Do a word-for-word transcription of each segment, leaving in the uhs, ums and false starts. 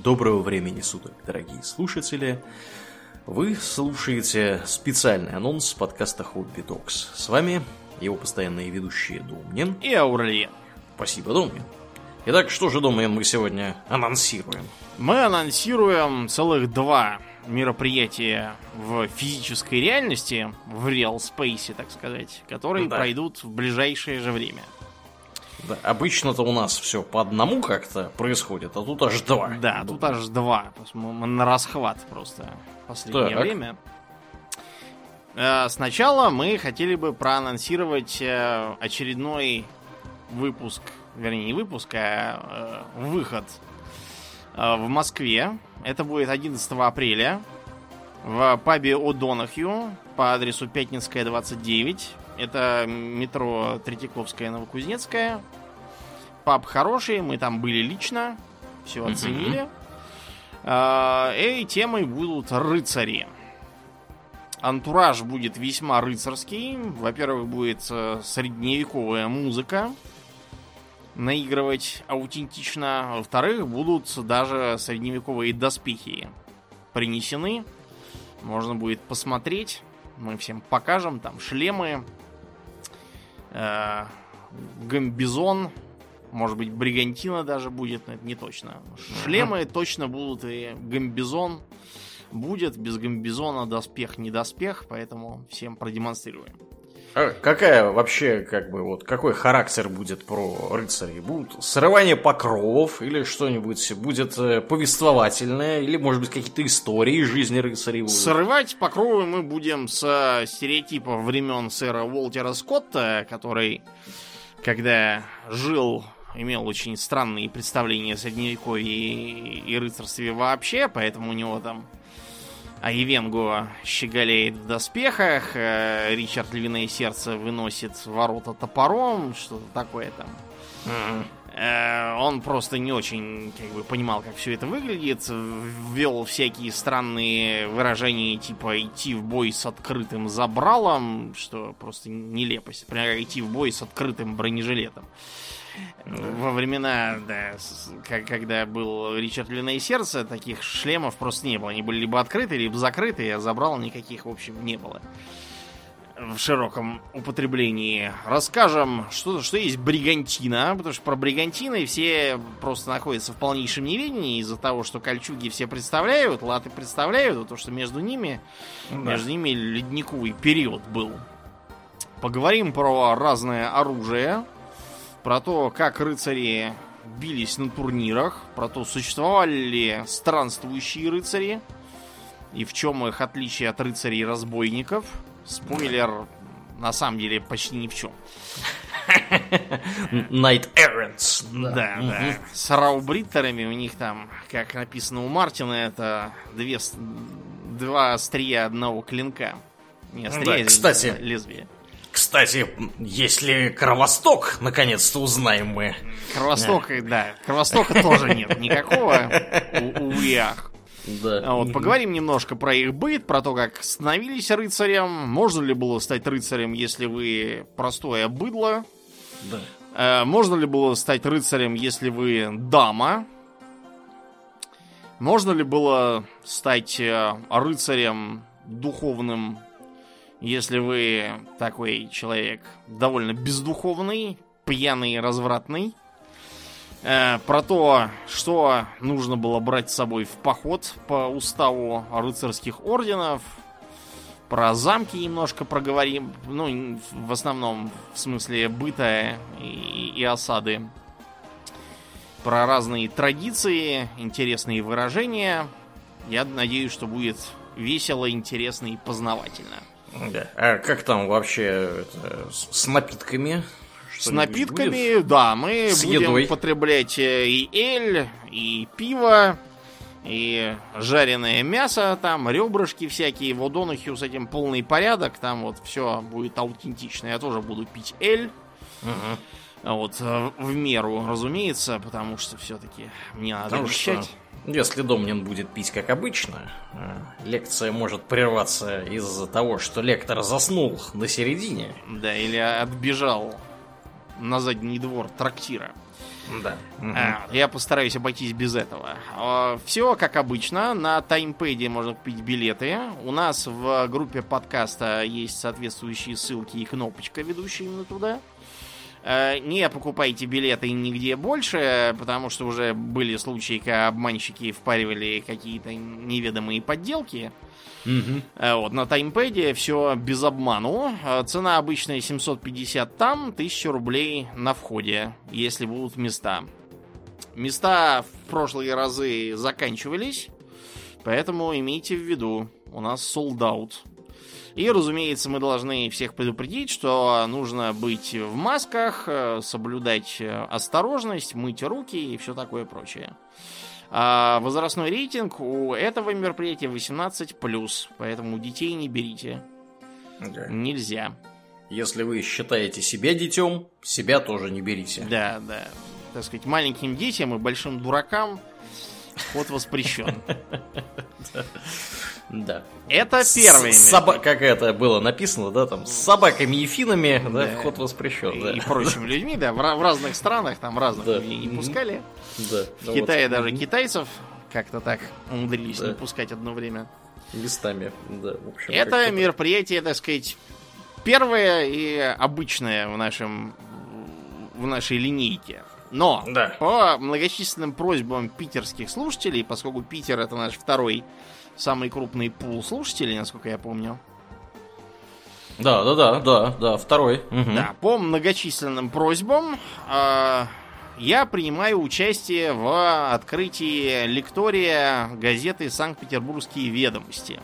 Доброго времени суток, дорогие слушатели. Вы слушаете специальный анонс подкаста Hobby Talks. С вами его постоянные ведущие Домнин и Аурлиен. Спасибо, Домнин. Итак, что же, Домнин, мы сегодня анонсируем? Мы анонсируем целых два мероприятия в физической реальности, в Real Space, так сказать, которые да. пройдут в ближайшее же время. Да, обычно-то у нас все по одному как-то происходит, а тут аж два. Да, тут аж два. Мы на расхват просто в последнее так. время. Сначала мы хотели бы проанонсировать очередной выпуск, вернее не выпуск, а выход в Москве. Это будет одиннадцатого апреля в пабе О'Донахью по адресу Пятницкая, двадцать девять. Это метро Третьяковская, Новокузнецкая. Паб хороший, мы там были лично, все оценили. Mm-hmm. И темой будут рыцари. Антураж будет весьма рыцарский. Во-первых, будет средневековая музыка наигрывать аутентично. Во-вторых, будут даже средневековые доспехи принесены. Можно будет посмотреть. Мы всем покажем. Там шлемы, э, гамбизон, может быть, бригантина даже будет, но это не точно. Шлемы uh-huh. точно будут, и гамбизон будет. Без гамбизона доспех не доспех, поэтому всем продемонстрируем. А какая вообще, как бы, вот, какой характер будет про рыцарей? Будут срывание покровов или что-нибудь будет повествовательное, или, может быть, какие-то истории жизни рыцарей будут? Срывать покровы мы будем с стереотипов времен сэра Уолтера Скотта, который, когда жил, имел очень странные представления о средневековье и, и рыцарстве вообще, поэтому у него там Айвенго щеголяет в доспехах, Ричард Львиное Сердце выносит ворота топором, что-то такое там. Mm-hmm. Он просто не очень как бы понимал, как все это выглядит, ввел всякие странные выражения, типа идти в бой с открытым забралом, что просто нелепость. Например, идти в бой с открытым бронежилетом. Во времена, да, когда был Ричард Львиное Сердце, таких шлемов просто не было. Они были либо открыты, либо закрыты, а забрал никаких, в общем, не было в широком употреблении. Расскажем, что, что есть бригантина, потому что про бригантины все просто находятся в полнейшем неведении из-за того, что кольчуги все представляют, латы представляют, потому что между ними, да. между ними ледниковый период был. Поговорим про разное оружие, про то, как рыцари бились на турнирах, про то, существовали ли странствующие рыцари и в чем их отличие от рыцарей-разбойников. Спойлер, на самом деле, почти ни в чем. Knight Errants. Да, да. да. С раубриттерами у них там, как написано у Мартина, это две, два острия одного клинка. Не острия, да, кстати, лезвие. Кстати, если Кровосток, наконец-то узнаем мы. Кровосток, да, да. Кровостока тоже нет никакого. Увы, ах. Да. Вот, поговорим немножко про их быт, про то, как становились рыцарем. Можно ли было стать рыцарем, если вы простое быдло? Да. Можно ли было стать рыцарем, если вы дама? Можно ли было стать рыцарем духовным, если вы такой человек довольно бездуховный, пьяный, развратный? Э, про то, что нужно было брать с собой в поход по уставу рыцарских орденов. Про замки немножко проговорим. Ну, в основном в смысле быта и, и осады. Про разные традиции, интересные выражения. Я надеюсь, что будет весело, интересно и познавательно. Да. А как там вообще это, с напитками? С напитками, будет? Да, мы с будем едой. Употреблять и эль, и пиво, и жареное мясо, там ребрышки всякие. В О'Донахью с этим полный порядок, там вот все будет аутентично. Я тоже буду пить эль. Угу. Вот, в меру, разумеется, потому что все-таки мне надо вещать. Если Домнин будет пить как обычно, лекция может прерваться из-за того, что лектор заснул на середине. Да, или отбежал на задний двор трактира. Да. А, я постараюсь обойтись без этого. Все как обычно. На таймпэде можно купить билеты. У нас в группе подкаста есть соответствующие ссылки и кнопочка, ведущая именно туда. Не покупайте билеты нигде больше, потому что уже были случаи, когда обманщики впаривали какие-то неведомые подделки. Mm-hmm. Вот, на таймпэде все без обману. Цена обычная семьсот пятьдесят там, тысяча рублей на входе, если будут места. Места в прошлые разы заканчивались, поэтому имейте в виду, у нас sold out. И, разумеется, мы должны всех предупредить, что нужно быть в масках, соблюдать осторожность, мыть руки и все такое прочее. А возрастной рейтинг у этого мероприятия восемнадцать плюс, поэтому детей не берите. Okay. Нельзя. Если вы считаете себя детем, себя тоже не берите. Да, да. Так сказать, маленьким детям и большим дуракам вход воспрещен. Да. Это первый. Соба... Как это было написано, да, там, с собаками и финами, да, да, вход воспрещен. Да. И прочими людьми, да, в, в разных странах там разных да. людей не пускали. Да. В Китае вот. Даже китайцев как-то так умудрились да. не пускать одно время. Местами, да. В общем, это мероприятие, так сказать, первое и обычное в нашем в нашей линейке. Но да. по многочисленным просьбам питерских слушателей, поскольку Питер это наш второй самый крупный пул слушателей, насколько я помню. Да, да, да, да, да, второй. Угу. Да, по многочисленным просьбам э, я принимаю участие в открытии лектория газеты «Санкт-Петербургские ведомости».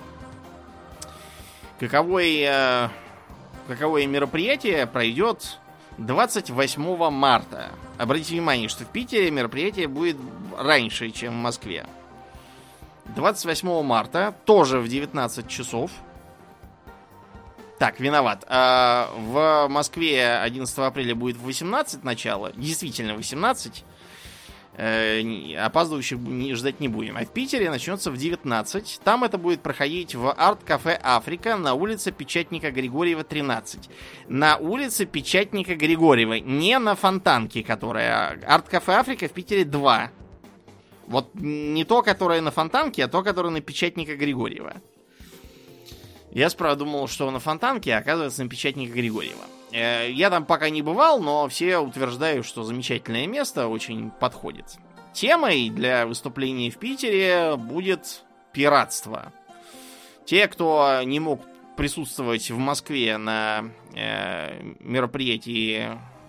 Каковое, э, каковое мероприятие пройдет двадцать восьмого марта. Обратите внимание, что в Питере мероприятие будет раньше, чем в Москве. двадцать восьмого марта, тоже в девятнадцать часов. Так, виноват. А, в Москве одиннадцатого апреля будет в восемнадцать начало. Действительно, восемнадцать. Э, опаздывающих ждать не будем. А в Питере начнется в девятнадцать. Там это будет проходить в арт-кафе «Африка» на улице Печатника Григорьева, тринадцать. На улице Печатника Григорьева. Не на Фонтанке, которая... Арт-кафе «Африка» в Питере два. Вот не то, которое на Фонтанке, а то, которое на Печатника Григорьева. Я справа думал, что на Фонтанке, а оказывается на Печатника Григорьева. Я там пока не бывал, но все утверждают, что замечательное место, очень подходит. Темой для выступления в Питере будет пиратство. Те, кто не мог присутствовать в Москве на э, мероприятии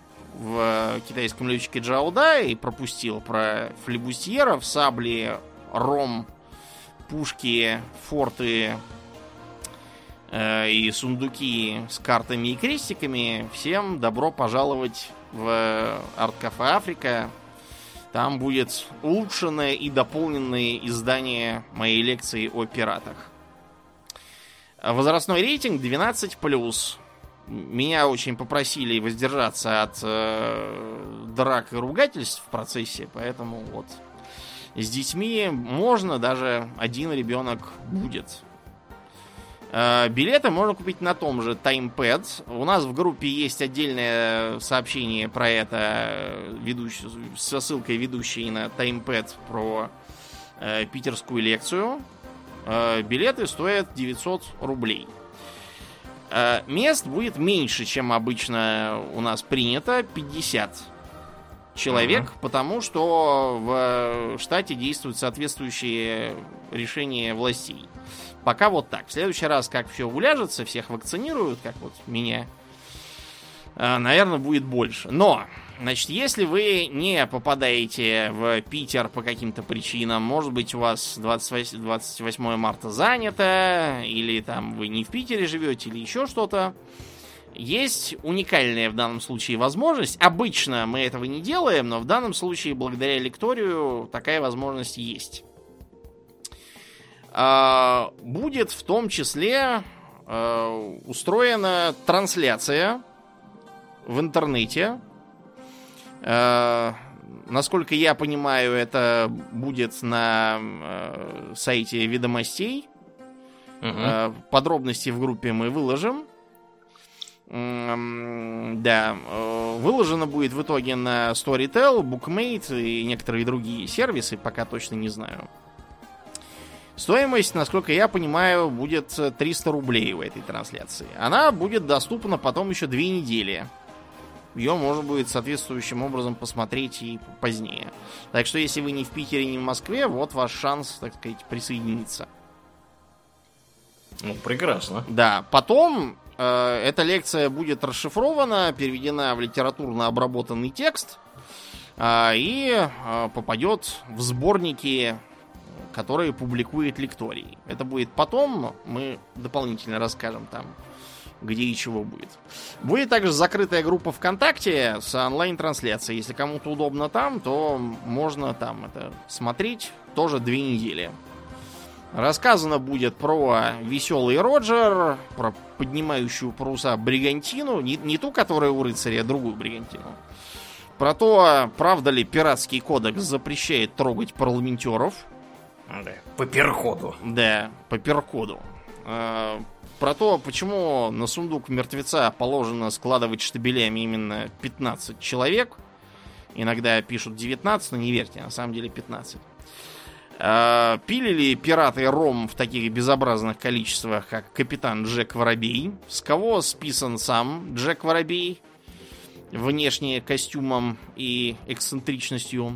в китайском летчике Джауда и пропустил про флебустьеров, сабли, ром, пушки, форты э, и сундуки с картами и крестиками, всем добро пожаловать в арт-кафе «Африка». Там будет улучшенное и дополненное издание моей лекции о пиратах. Возрастной рейтинг двенадцать плюс. Меня очень попросили воздержаться от э, драк и ругательств в процессе, поэтому вот с детьми можно, даже один ребенок будет. Э, билеты можно купить на том же таймпэд. У нас в группе есть отдельное сообщение про это, ведущ... со ссылкой ведущей на таймпэд про э, питерскую лекцию. Э, билеты стоят девятьсот рублей. Мест будет меньше, чем обычно у нас принято, пятьдесят человек, uh-huh. потому что в штате действуют соответствующие решения властей. Пока вот так. В следующий раз, как все уляжется, всех вакцинируют, как вот меня, наверное, будет больше. Но, значит, если вы не попадаете в Питер по каким-то причинам, может быть, у вас двадцать восьмое марта занято, или там вы не в Питере живете, или еще что-то, есть уникальная в данном случае возможность. Обычно мы этого не делаем, но в данном случае, благодаря лекторию, такая возможность есть. Будет в том числе устроена трансляция в интернете. Э, насколько я понимаю, это будет на э, сайте ведомостей. Угу. Э, подробности в группе мы выложим. Да, выложено будет в итоге на Storytel, Bookmate и некоторые другие сервисы, пока точно не знаю. Стоимость, насколько я понимаю, будет триста рублей в этой трансляции. Она будет доступна потом еще две недели. Ее можно будет соответствующим образом посмотреть и позднее. Так что, если вы не в Питере, не в Москве, вот ваш шанс, так сказать, присоединиться. Ну, прекрасно. Да, потом э, эта лекция будет расшифрована, переведена в литературно обработанный текст э, и э, попадет в сборники, которые публикует лекторий. Это будет потом, мы дополнительно расскажем там, где и чего будет. Будет также закрытая группа ВКонтакте с онлайн-трансляцией. Если кому-то удобно там, то можно там это смотреть тоже две недели. Рассказано будет про веселый Роджер, про поднимающую паруса бригантину. Не, не ту, которая у рыцаря, а другую бригантину. Про то, правда ли пиратский кодекс запрещает трогать парламентеров. Да, по перходу. Да, по перходу. А, про то, почему на сундук мертвеца положено складывать штабелями именно пятнадцать человек. Иногда пишут девятнадцать, но не верьте, на самом деле пятнадцать. А, пили ли пираты ром в таких безобразных количествах, как капитан Джек Воробей? С кого списан сам Джек Воробей? Внешне костюмом и эксцентричностью.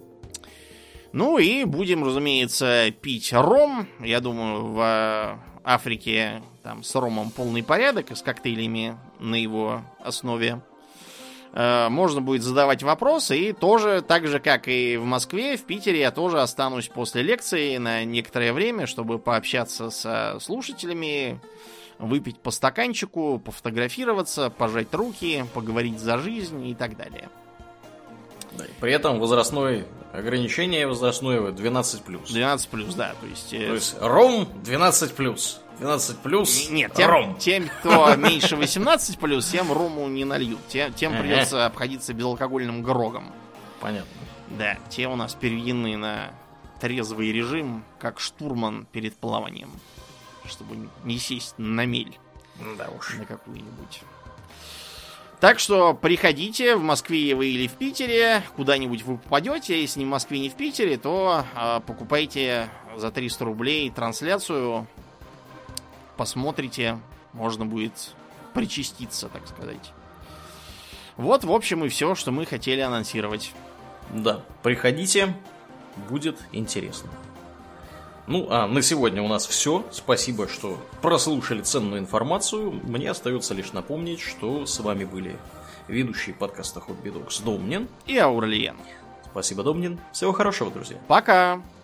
Ну и будем, разумеется, пить ром. Я думаю, в Африке там с ромом полный порядок, и с коктейлями на его основе. Можно будет задавать вопросы, и тоже, так же, как и в Москве, в Питере я тоже останусь после лекции на некоторое время, чтобы пообщаться со слушателями, выпить по стаканчику, пофотографироваться, пожать руки, поговорить за жизнь и так далее. Да, и при этом возрастное ограничение возрастное двенадцать плюс. двенадцать плюс, да. То есть, то есть ром двенадцать плюс. двенадцать плюс Нет, тем, ром. Тем, кто меньше восемнадцать плюс, тем рому не нальют. Тем, тем придется обходиться безалкогольным грогом. Понятно. Да, те у нас переведены на трезвый режим, как штурман перед плаванием. Чтобы не сесть на мель. Да уж. На какую-нибудь. Так что приходите, в Москве вы или в Питере, куда-нибудь вы попадете. Если не в Москве, не в Питере, то э, покупайте за триста рублей трансляцию. Посмотрите, можно будет причаститься, так сказать. Вот, в общем, и все, что мы хотели анонсировать. Да, приходите, будет интересно. Ну, а на сегодня у нас все. Спасибо, что прослушали ценную информацию. Мне остается лишь напомнить, что с вами были ведущие подкаста Хобби Догс Домнин и Аурлиен. Спасибо, Домнин. Всего хорошего, друзья. Пока!